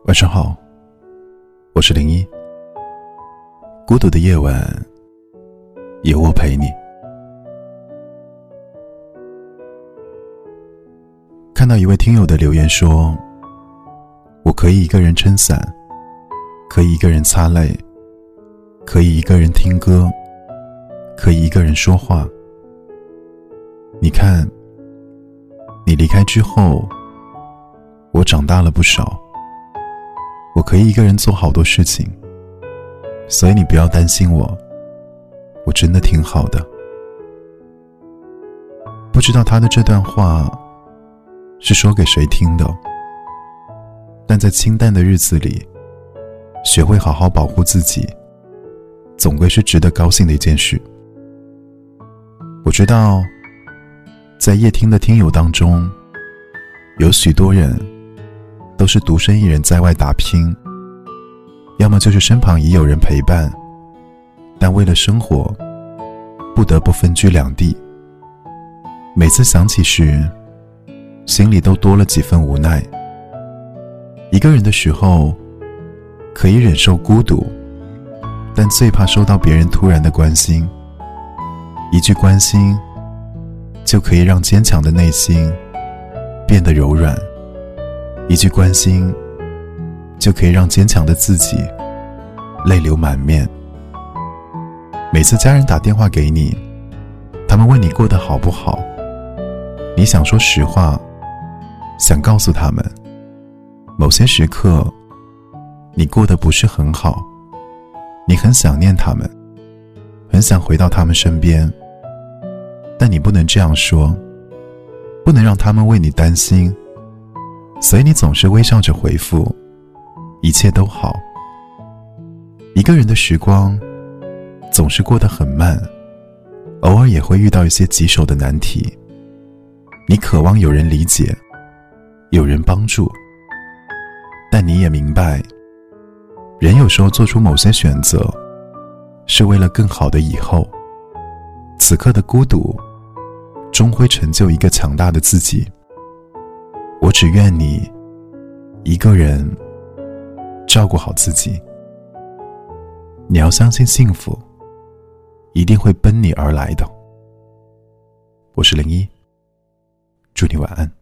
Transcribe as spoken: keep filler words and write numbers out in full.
晚上好，我是零一。孤独的夜晚，有我陪你。看到一位听友的留言说，我可以一个人撑伞，可以一个人擦泪，可以一个人听歌，可以一个人说话。你看，你离开之后，我长大了不少，我可以一个人做好多事情，所以你不要担心我，我真的挺好的。不知道他的这段话是说给谁听的，但在清淡的日子里，学会好好保护自己，总归是值得高兴的一件事。我知道在夜听的听友当中，有许多人都是独身一人在外打拼，要么就是身旁已有人陪伴，但为了生活不得不分居两地。每次想起时，心里都多了几分无奈。一个人的时候可以忍受孤独，但最怕收到别人突然的关心。一句关心就可以让坚强的内心变得柔软，一句关心就可以让坚强的自己泪流满面。每次家人打电话给你，他们问你过得好不好，你想说实话，想告诉他们，某些时刻你过得不是很好，你很想念他们，很想回到他们身边，但你不能这样说，不能让他们为你担心，所以你总是微笑着回复，一切都好。一个人的时光总是过得很慢，偶尔也会遇到一些棘手的难题，你渴望有人理解，有人帮助，但你也明白，人有时候做出某些选择是为了更好的以后。此刻的孤独终会成就一个强大的自己。我只愿你一个人照顾好自己。你要相信幸福一定会奔你而来的。我是零一，祝你晚安。